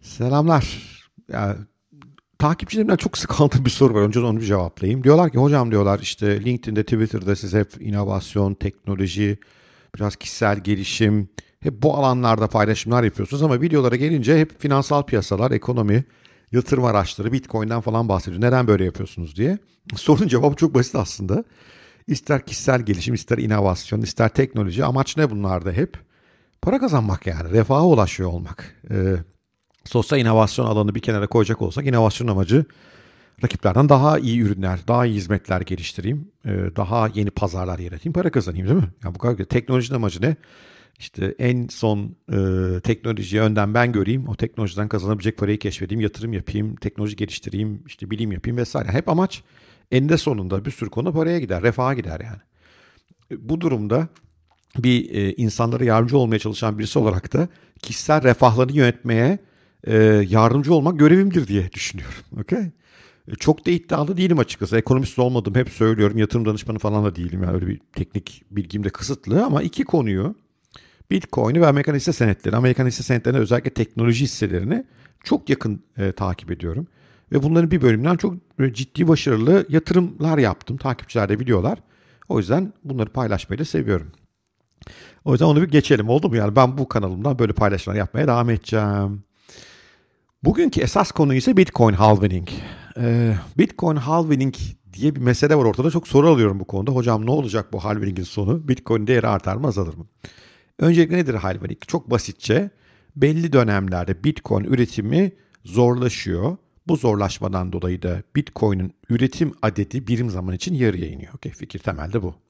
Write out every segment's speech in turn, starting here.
Selamlar. Ya, takipçilerimden çok sık aldığım bir soru var. Önce onu bir cevaplayayım. Diyorlar ki hocam diyorlar işte LinkedIn'de, Twitter'da siz hep inovasyon, teknoloji, biraz kişisel gelişim, hep bu alanlarda paylaşımlar yapıyorsunuz ama videolara gelince hep finansal piyasalar, ekonomi, yatırım araçları, Bitcoin'den falan bahsediyor. Neden böyle yapıyorsunuz diye. Sorunun cevabı çok basit aslında. İster kişisel gelişim, ister inovasyon, ister teknoloji. Amaç ne bunlarda hep? Para kazanmak yani. Refaha ulaşıyor olmak. Sosyal inovasyon alanını bir kenara koyacak olsak inovasyon amacı rakiplerden daha iyi ürünler, daha iyi hizmetler geliştireyim, daha yeni pazarlar yaratayım, para kazanayım değil mi? Ya bu kadar. Teknolojinin amacı ne? İşte en son teknolojiyi önden ben göreyim, o teknolojiden kazanabilecek parayı keşfedeyim, yatırım yapayım, teknoloji geliştireyim, işte bilim yapayım vesaire. Hep amaç eninde sonunda bir sürü konu paraya gider, refaha gider yani. Bu durumda bir insanlara yardımcı olmaya çalışan birisi olarak da kişisel refahlarını yönetmeye yardımcı olmak görevimdir diye düşünüyorum. Okay? Çok da iddialı değilim açıkçası. Ekonomist olmadım hep söylüyorum. Yatırım danışmanı falan da değilim. Yani öyle bir teknik bilgim de kısıtlı ama iki konuyu Bitcoin'i ve Amerikan hisse senetleri. Amerikan hisse senetlerine özellikle teknoloji hisselerini çok yakın takip ediyorum. Ve bunların bir bölümünden çok ciddi başarılı yatırımlar yaptım. Takipçiler de biliyorlar. O yüzden bunları paylaşmayı da seviyorum. O yüzden onu bir geçelim oldu mu? Yani ben bu kanalımdan böyle paylaşımlar yapmaya devam edeceğim. Bugünkü esas konu ise Bitcoin halving. Bitcoin halving diye bir mesele var ortada. Çok soru alıyorum bu konuda. Hocam ne olacak bu halvingin sonu? Bitcoin değeri artar mı azalır mı? Öncelikle nedir halving? Çok basitçe belli dönemlerde Bitcoin üretimi zorlaşıyor. Bu zorlaşmadan dolayı da Bitcoin'in üretim adedi birim zaman için yarıya iniyor. Okay, fikir temelde bu.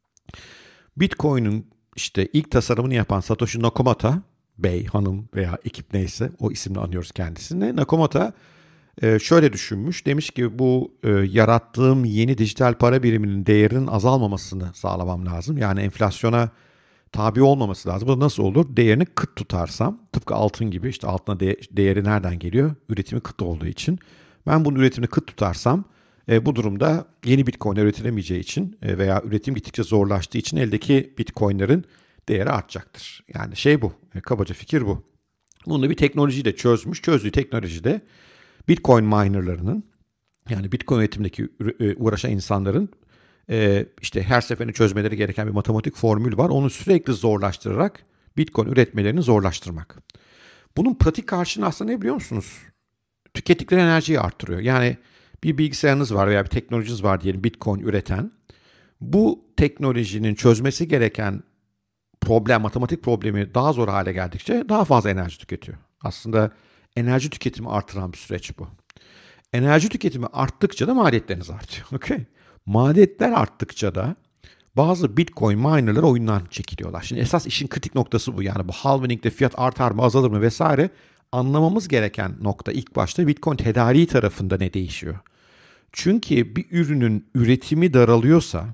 Bitcoin'in işte ilk tasarımını yapan Satoshi Nakamoto bey, hanım veya ekip neyse o isimle anıyoruz kendisini. Nakamoto şöyle düşünmüş. Demiş ki bu yarattığım yeni dijital para biriminin değerinin azalmamasını sağlamam lazım. Yani enflasyona tabi olmaması lazım. Bu nasıl olur? Değerini kıt tutarsam tıpkı altın gibi işte altına değeri nereden geliyor? Üretimi kıt olduğu için. Ben bunun üretimini kıt tutarsam bu durumda yeni Bitcoin üretilemeyeceği için veya üretim gittikçe zorlaştığı için eldeki Bitcoin'lerin değeri artacaktır. Yani şey bu. Kabaca fikir bu. Bunu da bir teknolojiyle çözmüş. Çözdüğü teknolojide Bitcoin minerlarının yani Bitcoin üretimindeki uğraşan insanların işte her seferinde çözmeleri gereken bir matematik formül var. Onu sürekli zorlaştırarak Bitcoin üretmelerini zorlaştırmak. Bunun pratik karşılığı aslında ne biliyor musunuz? Tükettikleri enerjiyi arttırıyor. Yani bir bilgisayarınız var veya bir teknolojiniz var diyelim Bitcoin üreten. Bu teknolojinin çözmesi gereken problem, matematik problemi daha zor hale geldikçe daha fazla enerji tüketiyor. Aslında enerji tüketimi artıran bir süreç bu. Enerji tüketimi arttıkça da maliyetleriniz artıyor. Okay? Maliyetler arttıkça da bazı Bitcoin minerlar oyundan çekiliyorlar. Şimdi esas işin kritik noktası bu. Yani bu halving'de fiyat artar mı azalır mı vesaire anlamamız gereken nokta ilk başta Bitcoin tedariği tarafında ne değişiyor? Çünkü bir ürünün üretimi daralıyorsa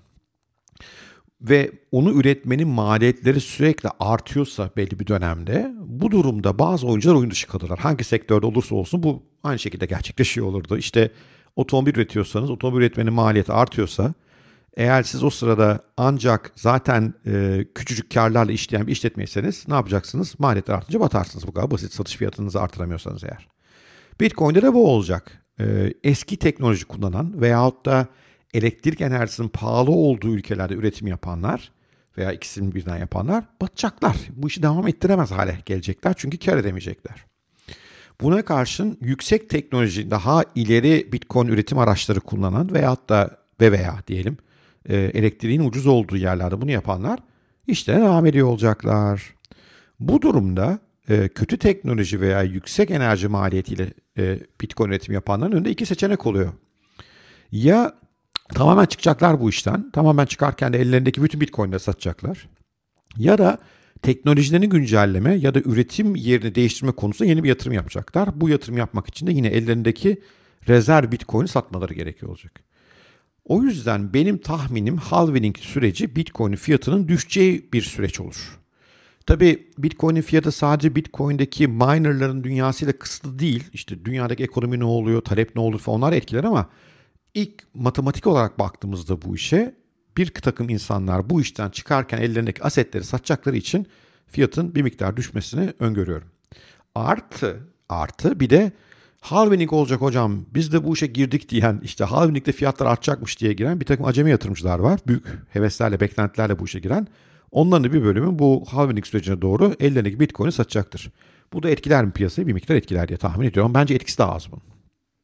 ve onu üretmenin maliyetleri sürekli artıyorsa belli bir dönemde bu durumda bazı oyuncular oyun dışı kalırlar. Hangi sektörde olursa olsun bu aynı şekilde gerçekleşiyor olurdu. İşte otomobil üretiyorsanız otomobil üretmenin maliyeti artıyorsa eğer siz o sırada ancak zaten küçücük karlarla işleyen bir işletmeyseniz ne yapacaksınız? Maliyetler artınca batarsınız bu kadar basit satış fiyatınızı artıramıyorsanız eğer. Bitcoin'de de bu olacak. Eski teknoloji kullanan veyahut da elektrik enerjisinin pahalı olduğu ülkelerde üretim yapanlar veya ikisini birden yapanlar batacaklar. Bu işi devam ettiremez hale gelecekler çünkü kar edemeyecekler. Buna karşın yüksek teknoloji daha ileri Bitcoin üretim araçları kullanan veyahut da veya diyelim elektriğin ucuz olduğu yerlerde bunu yapanlar işte devam ediyor olacaklar. Bu durumda kötü teknoloji veya yüksek enerji maliyetiyle Bitcoin üretimi yapanların önünde iki seçenek oluyor. Ya tamamen çıkacaklar bu işten, tamamen çıkarken de ellerindeki bütün Bitcoin'leri satacaklar. Ya da teknolojilerini güncelleme ya da üretim yerini değiştirme konusunda yeni bir yatırım yapacaklar. Bu yatırım yapmak için de yine ellerindeki rezerv Bitcoin'i satmaları gerekiyor olacak. O yüzden benim tahminim halving süreci Bitcoin'in fiyatının düşeceği bir süreç olur. Tabii Bitcoin'in fiyatı sadece Bitcoin'deki minerların dünyasıyla kısıtlı değil. İşte dünyadaki ekonomi ne oluyor, talep ne olur falan onlar etkiler ama ilk matematik olarak baktığımızda bu işe bir takım insanlar bu işten çıkarken ellerindeki asetleri satacakları için fiyatın bir miktar düşmesini öngörüyorum. Artı artı. Bir de halving olacak hocam, biz de bu işe girdik diyen, işte halvingde fiyatlar artacakmış diye giren bir takım acemi yatırımcılar var. Büyük heveslerle, beklentilerle bu işe giren. Onların da bir bölümü bu halving sürecine doğru ellerindeki Bitcoin'i satacaktır. Bu da etkiler mi piyasayı? Bir miktar etkiler diye tahmin ediyorum. Bence etkisi daha az bunun.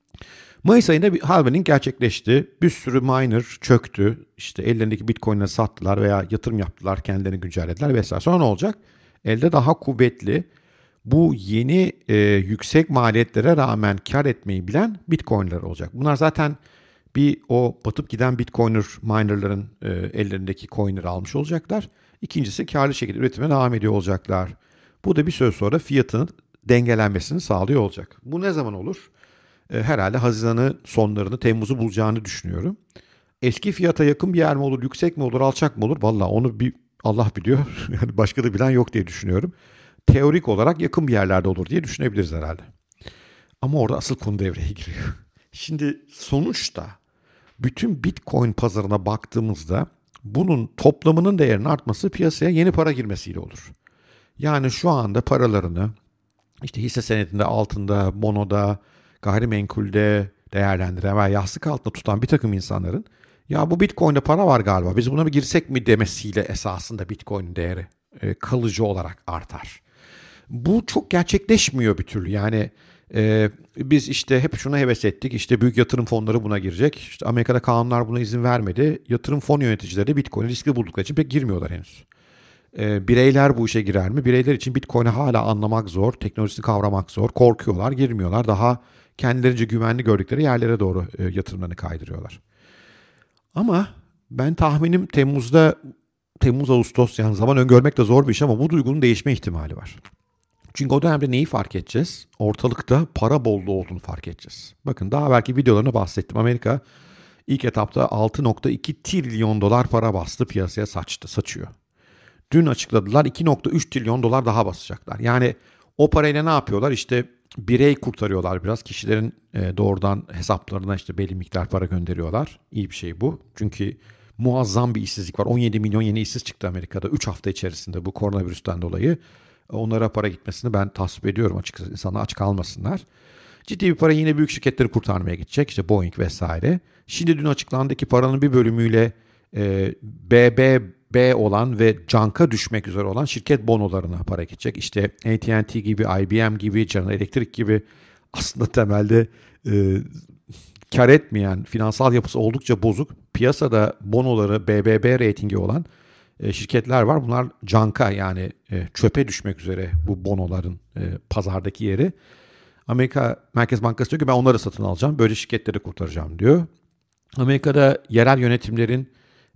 Mayıs ayında bir halving gerçekleşti. Bir sürü miner çöktü. İşte ellerindeki Bitcoin'leri sattılar veya yatırım yaptılar, kendilerini güncellediler vesaire. Sonra ne olacak? Elde daha kuvvetli, bu yeni yüksek maliyetlere rağmen kar etmeyi bilen Bitcoin'ler olacak. Bunlar zaten bir o batıp giden Bitcoiner minerların ellerindeki coin'leri almış olacaklar. İkincisi karlı şekilde üretime devam ediyor olacaklar. Bu da bir süre sonra fiyatının dengelenmesini sağlıyor olacak. Bu ne zaman olur? Herhalde Haziran'ı sonlarını, Temmuz'u bulacağını düşünüyorum. Eski fiyata yakın bir yer mi olur, yüksek mi olur, alçak mı olur? Vallahi onu bir Allah biliyor. Yani başka da bilen yok diye düşünüyorum. Teorik olarak yakın bir yerlerde olur diye düşünebiliriz herhalde. Ama orada asıl konu devreye giriyor. Şimdi sonuçta bütün Bitcoin pazarına baktığımızda bunun toplamının değerinin artması piyasaya yeni para girmesiyle olur. Yani şu anda paralarını işte hisse senedinde, altında, bonoda, gayrimenkulde değerlendiren veya yastık altında tutan bir takım insanların ya bu Bitcoin'de para var galiba, biz buna bir girsek mi demesiyle esasında Bitcoin'in değeri kalıcı olarak artar. Bu çok gerçekleşmiyor bir türlü. Yani biz işte hep şuna heves ettik. İşte büyük yatırım fonları buna girecek. İşte Amerika'da kanunlar buna izin vermedi. Yatırım fon yöneticileri de Bitcoin'i riskli buldukları için pek girmiyorlar henüz. Bireyler bu işe girer mi? Bireyler için Bitcoin'i hala anlamak zor. Teknolojisini kavramak zor. Korkuyorlar, girmiyorlar. Daha kendilerince güvenli gördükleri yerlere doğru yatırımlarını kaydırıyorlar. Ama ben tahminim Temmuz, Ağustos, yani zaman öngörmek de zor bir iş ama bu duygunun değişme ihtimali var. Çünkü o dönemde neyi fark edeceğiz? Ortalıkta para bolluğu olduğunu fark edeceğiz. Bakın daha belki videolarına bahsettim. Amerika ilk etapta 6.2 trilyon dolar para bastı, piyasaya saçıyor. Dün açıkladılar 2.3 trilyon dolar daha basacaklar. Yani o parayla ne yapıyorlar? İşte birey kurtarıyorlar biraz. Kişilerin doğrudan hesaplarına işte belli miktar para gönderiyorlar. İyi bir şey bu. Çünkü muazzam bir işsizlik var. 17 milyon yeni işsiz çıktı Amerika'da 3 hafta içerisinde bu koronavirüsten dolayı. Onlara para gitmesini ben tasvip ediyorum açıkçası. İnsanlar aç kalmasınlar. Ciddi bir para yine büyük şirketleri kurtarmaya gidecek. İşte Boeing vesaire. Şimdi dün açıklandı ki paranın bir bölümüyle BBB olan ve canka düşmek üzere olan şirket bonolarına para gidecek. İşte AT&T gibi, IBM gibi, General Electric gibi aslında temelde kar etmeyen, finansal yapısı oldukça bozuk, piyasada bonoları BBB reytingi olan şirketler var. Bunlar canka, yani çöpe düşmek üzere bu bonoların pazardaki yeri. Amerika Merkez Bankası diyor ki ben onları satın alacağım, böyle şirketleri kurtaracağım diyor. Amerika'da yerel yönetimlerin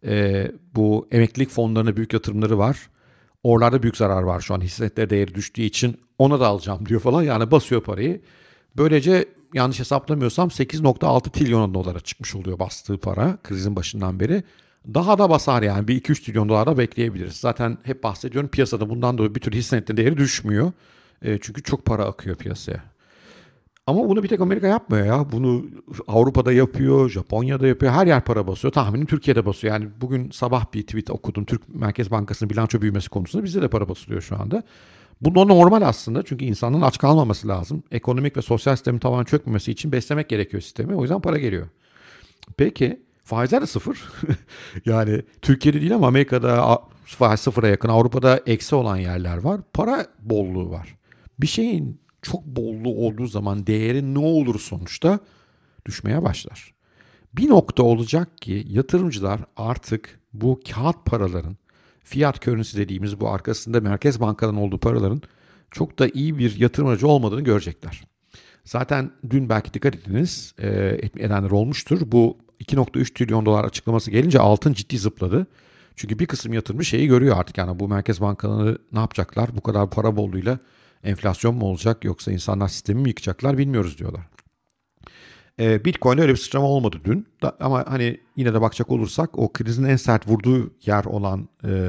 bu emeklilik fonlarına büyük yatırımları var. Oralarda büyük zarar var şu an, hissetler değeri düştüğü için ona da alacağım diyor falan. Yani basıyor parayı. Böylece yanlış hesaplamıyorsam 8.6 trilyon dolara çıkmış oluyor bastığı para krizin başından beri. Daha da basar yani, bir 2-3 trilyon dolar da bekleyebiliriz. Zaten hep bahsediyorum, piyasada bundan dolayı bir türlü hisse senetlerinin değeri düşmüyor. Çünkü çok para akıyor piyasaya. Ama bunu bir tek Amerika yapmıyor ya. Bunu Avrupa'da yapıyor, Japonya'da yapıyor. Her yer para basıyor. Tahminim Türkiye'de basıyor. Yani bugün sabah bir tweet okudum. Türk Merkez Bankası'nın bilanço büyümesi konusunda bizde de para basılıyor şu anda. Bu da normal aslında. Çünkü insanların aç kalmaması lazım. Ekonomik ve sosyal sistemin tamamen çökmemesi için beslemek gerekiyor sistemi. O yüzden para geliyor. Peki faizler de sıfır. Yani Türkiye'de değil ama Amerika'da faiz sıfıra yakın, Avrupa'da eksi olan yerler var. Para bolluğu var. Bir şeyin çok bolluğu olduğu zaman değeri ne olur sonuçta? Düşmeye başlar. Bir nokta olacak ki yatırımcılar artık bu kağıt paraların, fiat currency dediğimiz bu arkasında merkez bankaların olduğu paraların çok da iyi bir yatırım aracı olmadığını görecekler. Zaten dün belki dikkat ediniz, edenler olmuştur. Bu 2.3 trilyon dolar açıklaması gelince altın ciddi zıpladı. Çünkü bir kısım yatırımcı şeyi görüyor artık, yani bu merkez bankaları ne yapacaklar? Bu kadar para bolluğuyla enflasyon mu olacak, yoksa insanlar sistemi mi yıkacaklar bilmiyoruz diyorlar. Bitcoin'de öyle bir sıçrama olmadı dün. Ama hani yine de bakacak olursak o krizin en sert vurduğu yer olan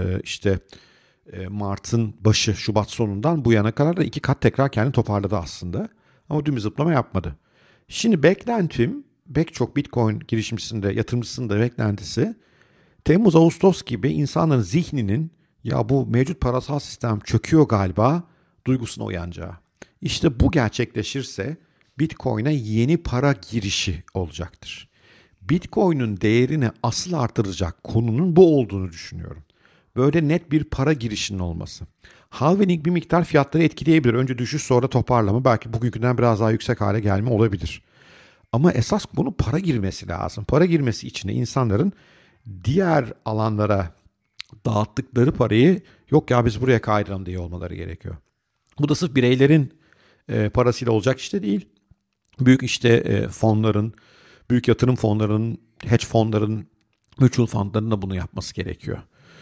Mart'ın başı, Şubat sonundan bu yana kadar da 2 kat tekrar kendini toparladı aslında. Ama dün bir zıplama yapmadı. Şimdi beklentim, pek çok Bitcoin girişimcisinde, yatırımcısının da beklentisi Temmuz, Ağustos gibi insanların zihninin ya bu mevcut parasal sistem çöküyor galiba duygusuna uyanacağı. İşte bu gerçekleşirse Bitcoin'e yeni para girişi olacaktır. Bitcoin'in değerini asıl artıracak konunun bu olduğunu düşünüyorum. Böyle net bir para girişinin olması. Halving bir miktar fiyatları etkileyebilir. Önce düşüş sonra toparlama. Belki bugünkünden biraz daha yüksek hale gelme olabilir. Ama esas bunun para girmesi lazım. Para girmesi için de insanların diğer alanlara dağıttıkları parayı yok ya biz buraya kaydıralım diye olmaları gerekiyor. Bu da sırf bireylerin parasıyla olacak işte değil. Büyük fonların, büyük yatırım fonlarının, hedge fonların, mutual fundların da bunu yapması gerekiyor.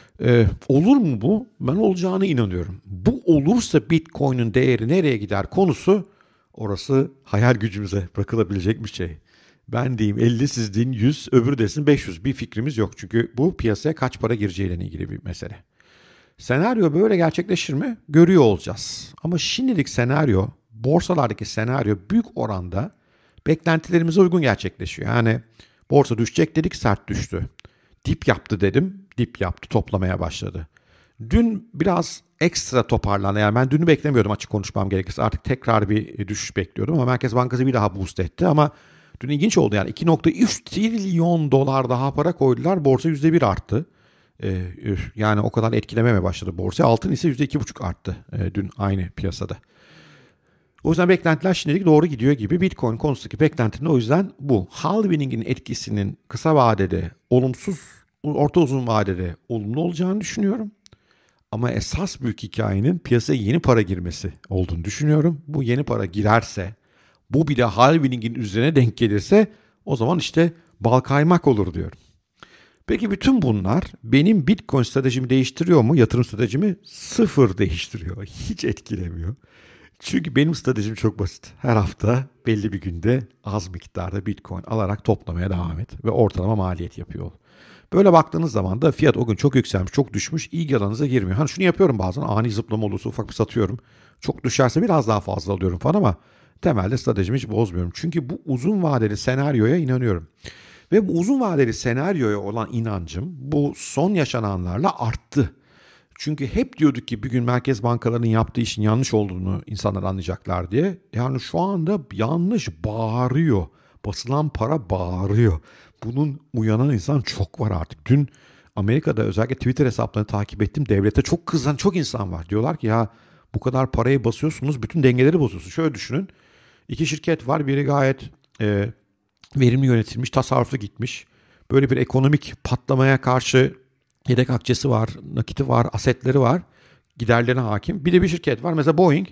Olur mu bu? Ben olacağına inanıyorum. Bu olursa Bitcoin'in değeri nereye gider konusu orası hayal gücümüze bırakılabilecek bir şey. Ben diyeyim 50, siz deyin 100, öbürü desin 500. Bir fikrimiz yok. Çünkü bu piyasaya kaç para gireceğiyle ilgili bir mesele. Senaryo böyle gerçekleşir mi? Görüyor olacağız. Ama şimdilik senaryo, borsalardaki senaryo büyük oranda beklentilerimize uygun gerçekleşiyor. Yani borsa düşecek dedik, sert düştü. Dip yaptı dedim, dip yaptı, toplamaya başladı. Dün biraz ekstra toparlandı. Yani ben dünü beklemiyordum açık konuşmam gerekirse. Artık tekrar bir düşüş bekliyordum ama Merkez Bankası bir daha boost etti. Ama dün ilginç oldu yani 2,3 trilyon dolar daha para koydular. Borsa %1 arttı. Yani o kadar etkilememeye başladı borsa. Altın ise %2,5 arttı dün aynı piyasada. O yüzden beklentiler şimdilik doğru gidiyor gibi. Bitcoin konusundaki beklentim de o yüzden bu. Halving'in etkisinin kısa vadede olumsuz, orta uzun vadede olumlu olacağını düşünüyorum. Ama esas büyük hikayenin piyasaya yeni para girmesi olduğunu düşünüyorum. Bu yeni para girerse, bu bir de halving'in üzerine denk gelirse o zaman işte bal kaymak olur diyorum. Peki bütün bunlar benim Bitcoin stratejimi değiştiriyor mu? Yatırım stratejimi sıfır değiştiriyor. Hiç etkilemiyor. Çünkü benim stratejim çok basit. Her hafta belli bir günde az miktarda Bitcoin alarak toplamaya devam et ve ortalama maliyet yapıyor ol. Böyle baktığınız zaman da fiyat o gün çok yükselmiş, çok düşmüş, ilgi alanınıza girmiyor. Hani şunu yapıyorum bazen, ani zıplama olursa ufak bir satıyorum. Çok düşerse biraz daha fazla alıyorum falan ama temelde stratejimi hiç bozmuyorum. Çünkü bu uzun vadeli senaryoya inanıyorum. Ve bu uzun vadeli senaryoya olan inancım bu son yaşananlarla arttı. Çünkü hep diyorduk ki bir gün merkez bankalarının yaptığı işin yanlış olduğunu insanlar anlayacaklar diye. Yani şu anda yanlış bağırıyor. Basılan para bağırıyor. Bunun uyanan insan çok var artık. Dün Amerika'da özellikle Twitter hesaplarını takip ettim. Devlete çok kızan çok insan var. Diyorlar ki ya bu kadar parayı basıyorsunuz, bütün dengeleri bozuyorsunuz. Şöyle düşünün. İki şirket var. Biri gayet verimli yönetilmiş, tasarruflu gitmiş. Böyle bir ekonomik patlamaya karşı yedek akçesi var, nakiti var, asetleri var. Giderlerine hakim. Bir de bir şirket var. Mesela Boeing.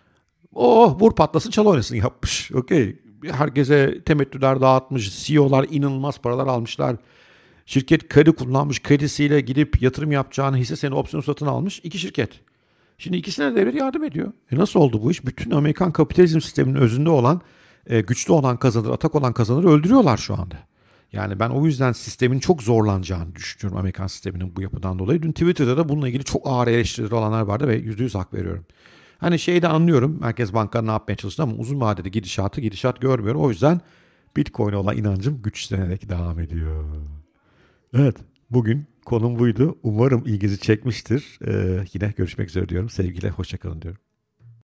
Oh vur patlasın çal oynasın yapmış. Okey. Herkese temettüler dağıtmış. CEO'lar inanılmaz paralar almışlar. Şirket kredi kullanmış. Kredisiyle gidip yatırım yapacağını hisse senedi opsiyonu satın almış. İki şirket. Şimdi ikisine de devlet yardım ediyor. Nasıl oldu bu iş? Bütün Amerikan kapitalizm sisteminin özünde olan, güçlü olan kazanır, atak olan kazanır öldürüyorlar şu anda. Yani ben o yüzden sistemin çok zorlanacağını düşünüyorum Amerikan sisteminin bu yapıdan dolayı. Dün Twitter'da da bununla ilgili çok ağır eleştiriler olanlar vardı ve %100 hak veriyorum. Hani şeyi de anlıyorum, Merkez Banka ne yapmaya çalıştı ama uzun vadede gidişat görmüyorum. O yüzden Bitcoin'e olan inancım güçlenerek devam ediyor. Evet, bugün konum buydu. Umarım ilginizi çekmiştir. Yine görüşmek üzere diyorum. Sevgiyle, hoşça kalın diyorum.